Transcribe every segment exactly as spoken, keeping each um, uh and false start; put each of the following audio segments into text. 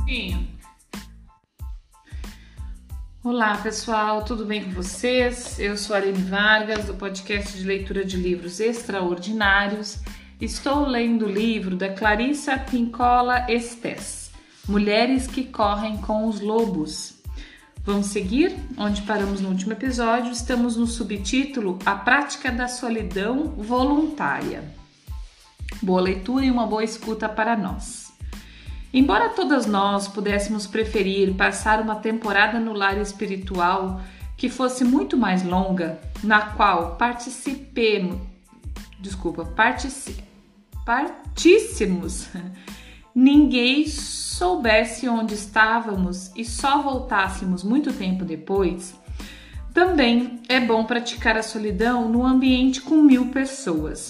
Sim. Olá pessoal, tudo bem com vocês? Eu sou a Aline Vargas, do podcast de leitura de livros extraordinários. Estou lendo o livro da Clarissa Pinkola Estés, Mulheres que Correm com os Lobos. Vamos seguir? Onde paramos no último episódio, estamos no subtítulo A Prática da Solidão Voluntária. Boa leitura e uma boa escuta para nós. Embora todas nós pudéssemos preferir passar uma temporada no lar espiritual que fosse muito mais longa, na qual participemos, desculpa, partici, partíssemos, ninguém soubesse onde estávamos e só voltássemos muito tempo depois, também é bom praticar a solidão num ambiente com mil pessoas.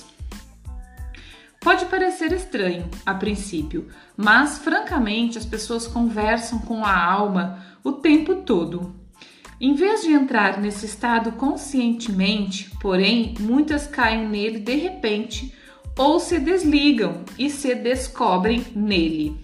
Pode parecer estranho a princípio, mas francamente as pessoas conversam com a alma o tempo todo. Em vez de entrar nesse estado conscientemente, porém, muitas caem nele de repente ou se desligam e se descobrem nele.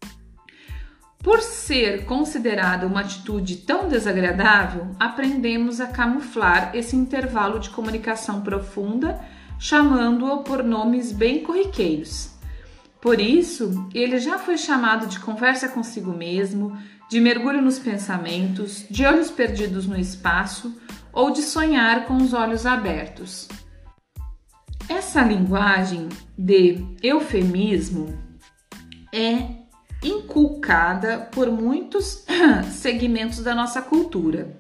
Por ser considerada uma atitude tão desagradável, aprendemos a camuflar esse intervalo de comunicação profunda, chamando-o por nomes bem corriqueiros. Por isso, ele já foi chamado de conversa consigo mesmo, de mergulho nos pensamentos, de olhos perdidos no espaço ou de sonhar com os olhos abertos. Essa linguagem de eufemismo é inculcada por muitos segmentos da nossa cultura.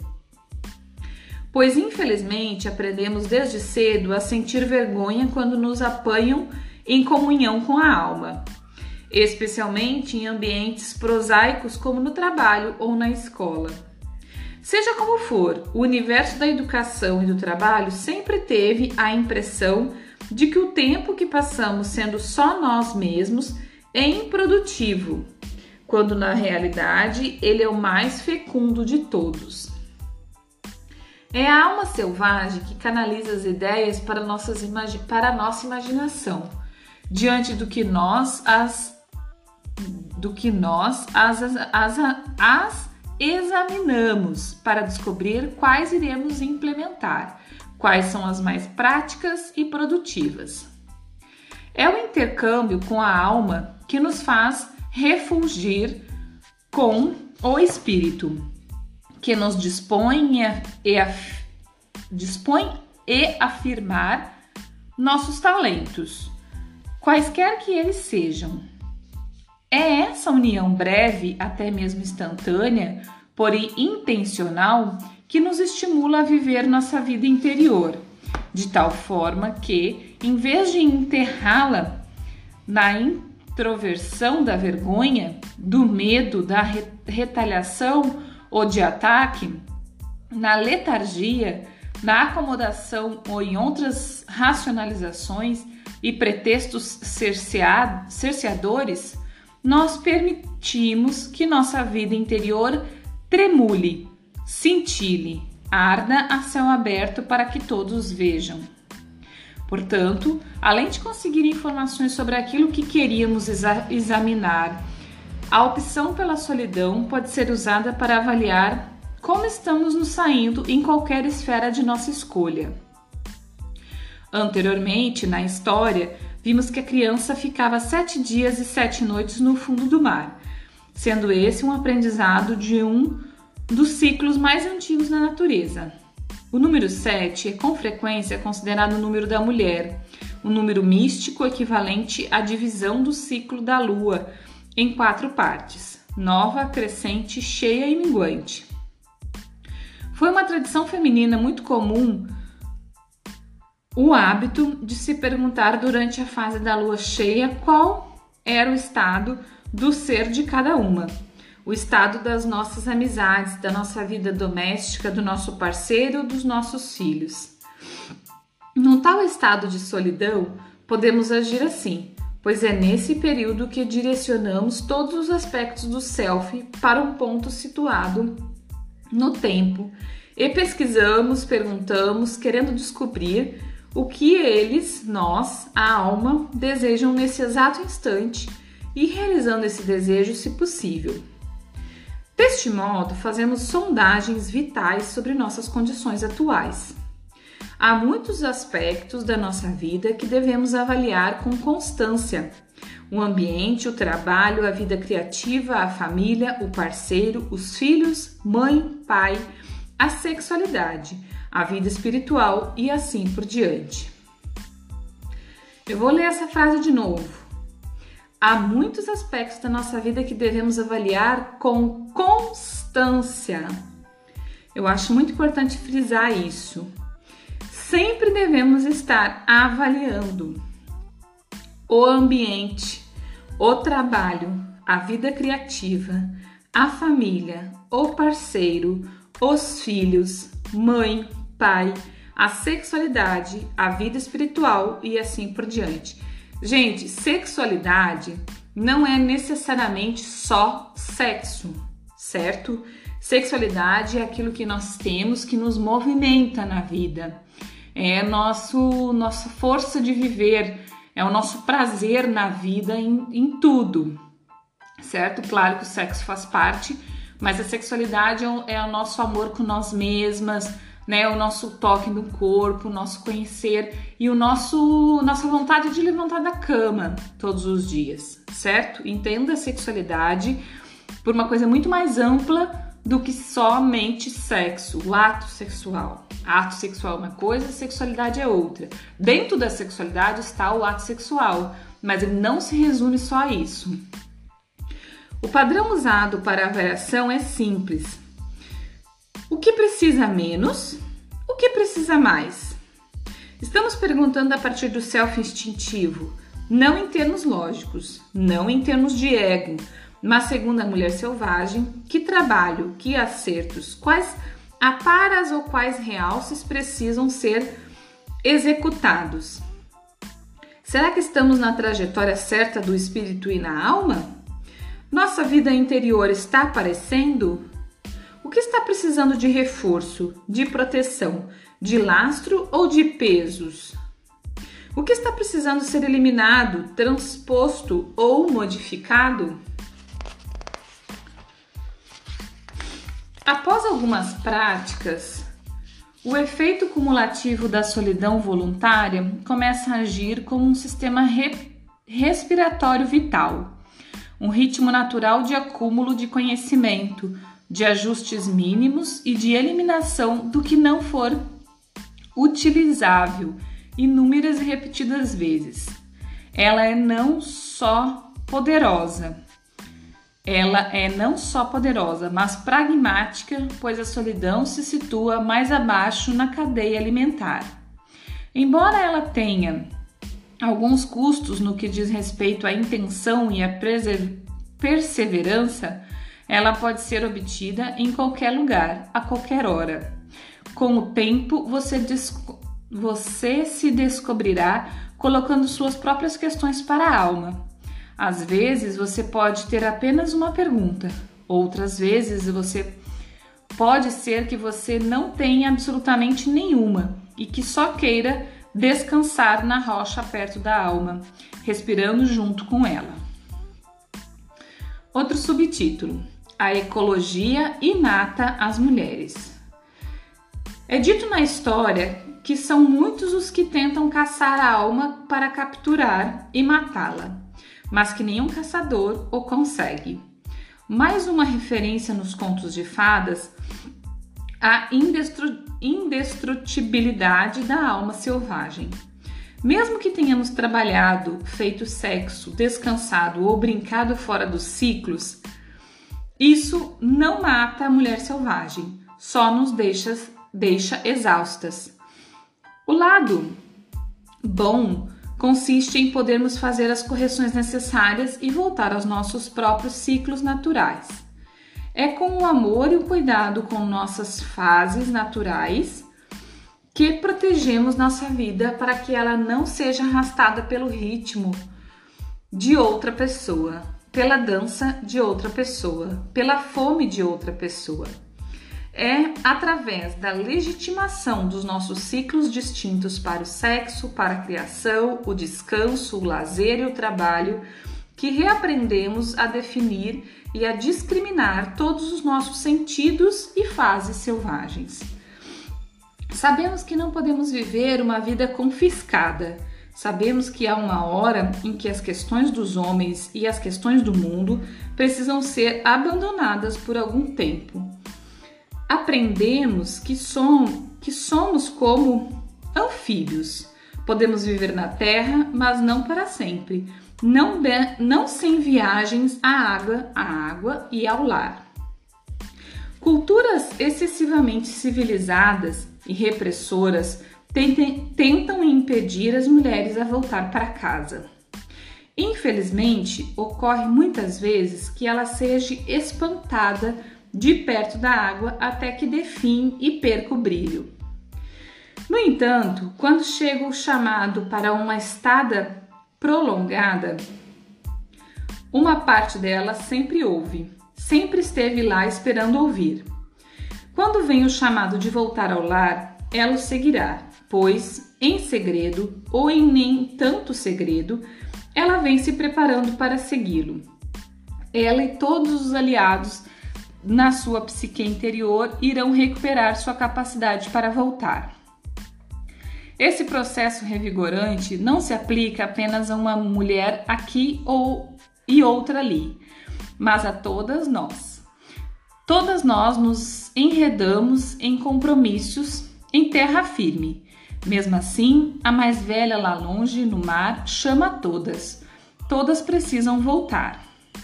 Pois, infelizmente, aprendemos desde cedo a sentir vergonha quando nos apanham em comunhão com a alma, especialmente em ambientes prosaicos como no trabalho ou na escola. Seja como for, o universo da educação e do trabalho sempre teve a impressão de que o tempo que passamos sendo só nós mesmos é improdutivo, quando na realidade ele é o mais fecundo de todos. É a alma selvagem que canaliza as ideias para, nossas imagi- para a nossa imaginação, diante do que nós as, do que nós as, as, as, as examinamos para descobrir quais iremos implementar, quais são as mais práticas e produtivas. É o intercâmbio com a alma que nos faz refulgir com o espírito, que nos dispõe, a, e a, dispõe e afirmar nossos talentos, quaisquer que eles sejam. É essa união breve, até mesmo instantânea, porém intencional, que nos estimula a viver nossa vida interior, de tal forma que, em vez de enterrá-la na introversão da vergonha, do medo, da retaliação ou de ataque, na letargia, na acomodação ou em outras racionalizações e pretextos cerceadores, nós permitimos que nossa vida interior tremule, cintile, arda a céu aberto para que todos vejam. Portanto, além de conseguir informações sobre aquilo que queríamos exa- examinar, a opção pela solidão pode ser usada para avaliar como estamos nos saindo em qualquer esfera de nossa escolha. Anteriormente, na história, vimos que a criança ficava sete dias e sete noites no fundo do mar, sendo esse um aprendizado de um dos ciclos mais antigos na natureza. O número sete é com frequência considerado o número da mulher, um número místico equivalente à divisão do ciclo da lua em quatro partes: nova, crescente, cheia e minguante. Foi uma tradição feminina muito comum o hábito de se perguntar durante a fase da lua cheia qual era o estado do ser de cada uma, o estado das nossas amizades, da nossa vida doméstica, do nosso parceiro, dos nossos filhos. Num tal estado de solidão, podemos agir assim, pois é nesse período que direcionamos todos os aspectos do self para um ponto situado no tempo e pesquisamos, perguntamos, querendo descobrir o que eles, nós, a alma, desejam nesse exato instante e realizando esse desejo, se possível. Deste modo, fazemos sondagens vitais sobre nossas condições atuais. Há muitos aspectos da nossa vida que devemos avaliar com constância. O ambiente, o trabalho, a vida criativa, a família, o parceiro, os filhos, mãe, pai, a sexualidade, a vida espiritual e assim por diante. Eu vou ler essa frase de novo. Há muitos aspectos da nossa vida que devemos avaliar com constância. Eu acho muito importante frisar isso. Sempre devemos estar avaliando o ambiente, o trabalho, a vida criativa, a família, o parceiro, os filhos, mãe, pai, a sexualidade, a vida espiritual e assim por diante. Gente, sexualidade não é necessariamente só sexo, certo? Sexualidade é aquilo que nós temos que nos movimenta na vida. É nosso, nossa força de viver, é o nosso prazer na vida em, em tudo, certo? Claro que o sexo faz parte, mas a sexualidade é o, é o nosso amor com nós mesmas, né, o nosso toque no corpo, o nosso conhecer e o nosso nossa vontade de levantar da cama todos os dias, certo? Entenda a sexualidade por uma coisa muito mais ampla do que somente sexo, o ato sexual. Ato sexual é uma coisa, sexualidade é outra. Dentro da sexualidade está o ato sexual, mas ele não se resume só a isso. O padrão usado para a avaliação é simples. O que precisa menos? O que precisa mais? Estamos perguntando a partir do self instintivo, não em termos lógicos, não em termos de ego, mas segundo a mulher selvagem, que trabalho, que acertos, quais aparas ou quais realces precisam ser executados? Será que estamos na trajetória certa do espírito e na alma? Nossa vida interior está aparecendo? O que está precisando de reforço, de proteção, de lastro ou de pesos? O que está precisando ser eliminado, transposto ou modificado? Após algumas práticas, o efeito cumulativo da solidão voluntária começa a agir como um sistema re- respiratório vital, um ritmo natural de acúmulo de conhecimento, de ajustes mínimos e de eliminação do que não for utilizável inúmeras e repetidas vezes. Ela é não só poderosa, ela é não só poderosa, mas pragmática, pois a solidão se situa mais abaixo na cadeia alimentar. Embora ela tenha alguns custos no que diz respeito à intenção e à perseverança, ela pode ser obtida em qualquer lugar, a qualquer hora. Com o tempo, você, desco- você se descobrirá colocando suas próprias questões para a alma. Às vezes, você pode ter apenas uma pergunta. Outras vezes, você pode ser que você não tenha absolutamente nenhuma e que só queira descansar na rocha perto da alma, respirando junto com ela. Outro subtítulo: a ecologia inata às mulheres. É dito na história que são muitos os que tentam caçar a alma para capturar e matá-la, mas que nenhum caçador o consegue. Mais uma referência nos contos de fadas à indestru- indestrutibilidade da alma selvagem. Mesmo que tenhamos trabalhado, feito sexo, descansado ou brincado fora dos ciclos, isso não mata a mulher selvagem, só nos deixa, deixa exaustas. O lado bom consiste em podermos fazer as correções necessárias e voltar aos nossos próprios ciclos naturais. É com o amor e o cuidado com nossas fases naturais que protegemos nossa vida para que ela não seja arrastada pelo ritmo de outra pessoa, pela dança de outra pessoa, pela fome de outra pessoa. É através da legitimação dos nossos ciclos distintos para o sexo, para a criação, o descanso, o lazer e o trabalho que reaprendemos a definir e a discriminar todos os nossos sentidos e fases selvagens. Sabemos que não podemos viver uma vida confiscada. Sabemos que há uma hora em que as questões dos homens e as questões do mundo precisam ser abandonadas por algum tempo. Aprendemos que, som, que somos como anfíbios. Podemos viver na terra, mas não para sempre. Não, de, não sem viagens à água, à água e ao lar. Culturas excessivamente civilizadas e repressoras tentem, tentam impedir as mulheres a voltar para casa. Infelizmente, ocorre muitas vezes que ela seja espantada de perto da água até que dê fim e perca o brilho. No entanto, quando chega o chamado para uma estada prolongada, uma parte dela sempre ouve, sempre esteve lá esperando ouvir. Quando vem o chamado de voltar ao lar, ela o seguirá, pois, em segredo ou em nem tanto segredo, ela vem se preparando para segui-lo. Ela e todos os aliados na sua psique interior irão recuperar sua capacidade para voltar. Esse processo revigorante não se aplica apenas a uma mulher aqui ou e outra ali, mas a todas nós. Todas nós nos enredamos em compromissos em terra firme. Mesmo assim, a mais velha lá longe no mar chama todas. Todas precisam voltar.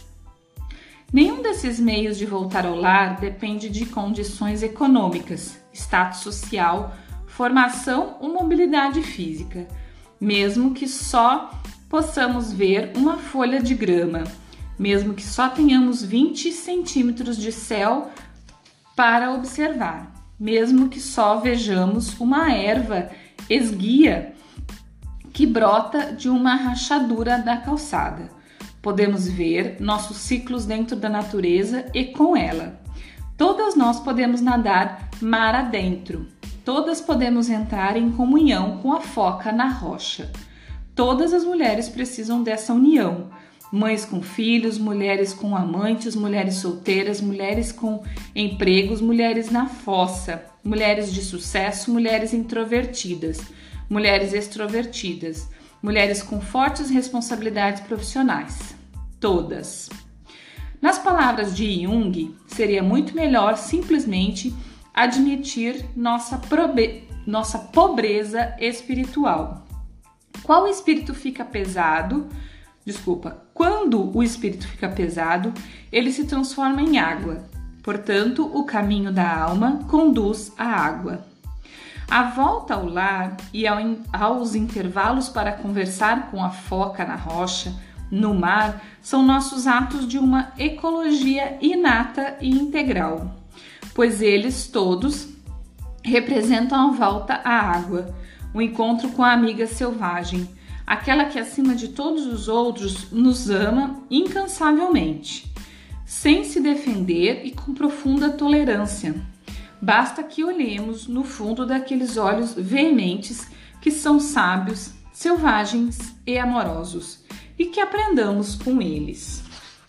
Nenhum desses meios de voltar ao lar depende de condições econômicas, status social, formação ou mobilidade física, mesmo que só possamos ver uma folha de grama, mesmo que só tenhamos vinte centímetros de céu para observar, mesmo que só vejamos uma erva esguia que brota de uma rachadura da calçada. Podemos ver nossos ciclos dentro da natureza e com ela. Todas nós podemos nadar mar adentro. Todas podemos entrar em comunhão com a foca na rocha. Todas as mulheres precisam dessa união. Mães com filhos, mulheres com amantes, mulheres solteiras, mulheres com empregos, mulheres na fossa, mulheres de sucesso, mulheres introvertidas, mulheres extrovertidas, mulheres com fortes responsabilidades profissionais. Todas. Nas palavras de Jung, seria muito melhor simplesmente admitir nossa, probe- nossa pobreza espiritual. Qual espírito fica pesado? Desculpa, quando o espírito fica pesado, ele se transforma em água. Portanto, o caminho da alma conduz à água. A volta ao lar e ao, aos intervalos para conversar com a foca na rocha, no mar, são nossos atos de uma ecologia inata e integral, pois eles todos representam a volta à água, o encontro com a amiga selvagem, aquela que acima de todos os outros nos ama incansavelmente, sem se defender e com profunda tolerância. Basta que olhemos no fundo daqueles olhos veementes que são sábios, selvagens e amorosos, e que aprendamos com eles.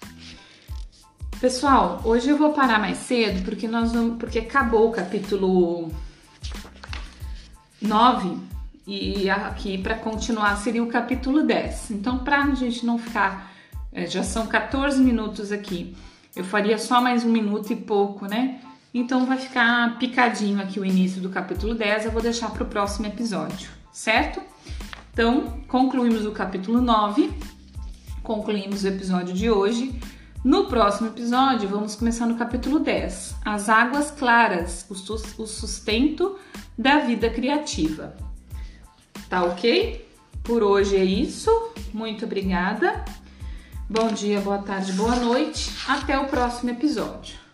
Pessoal, hoje eu vou parar mais cedo porque nós vamos, porque acabou o capítulo nove e aqui para continuar seria o capítulo dez. Então, para a gente não ficar, já são quatorze minutos aqui, eu faria só mais um minuto e pouco, né? Então vai ficar picadinho aqui o início do capítulo dez, eu vou deixar para o próximo episódio, certo? Então, concluímos o capítulo nove, concluímos o episódio de hoje. No próximo episódio, vamos começar no capítulo dez, As Águas Claras, o sustento da vida criativa. Tá ok? Por hoje é isso. Muito obrigada. Bom dia, boa tarde, boa noite. Até o próximo episódio.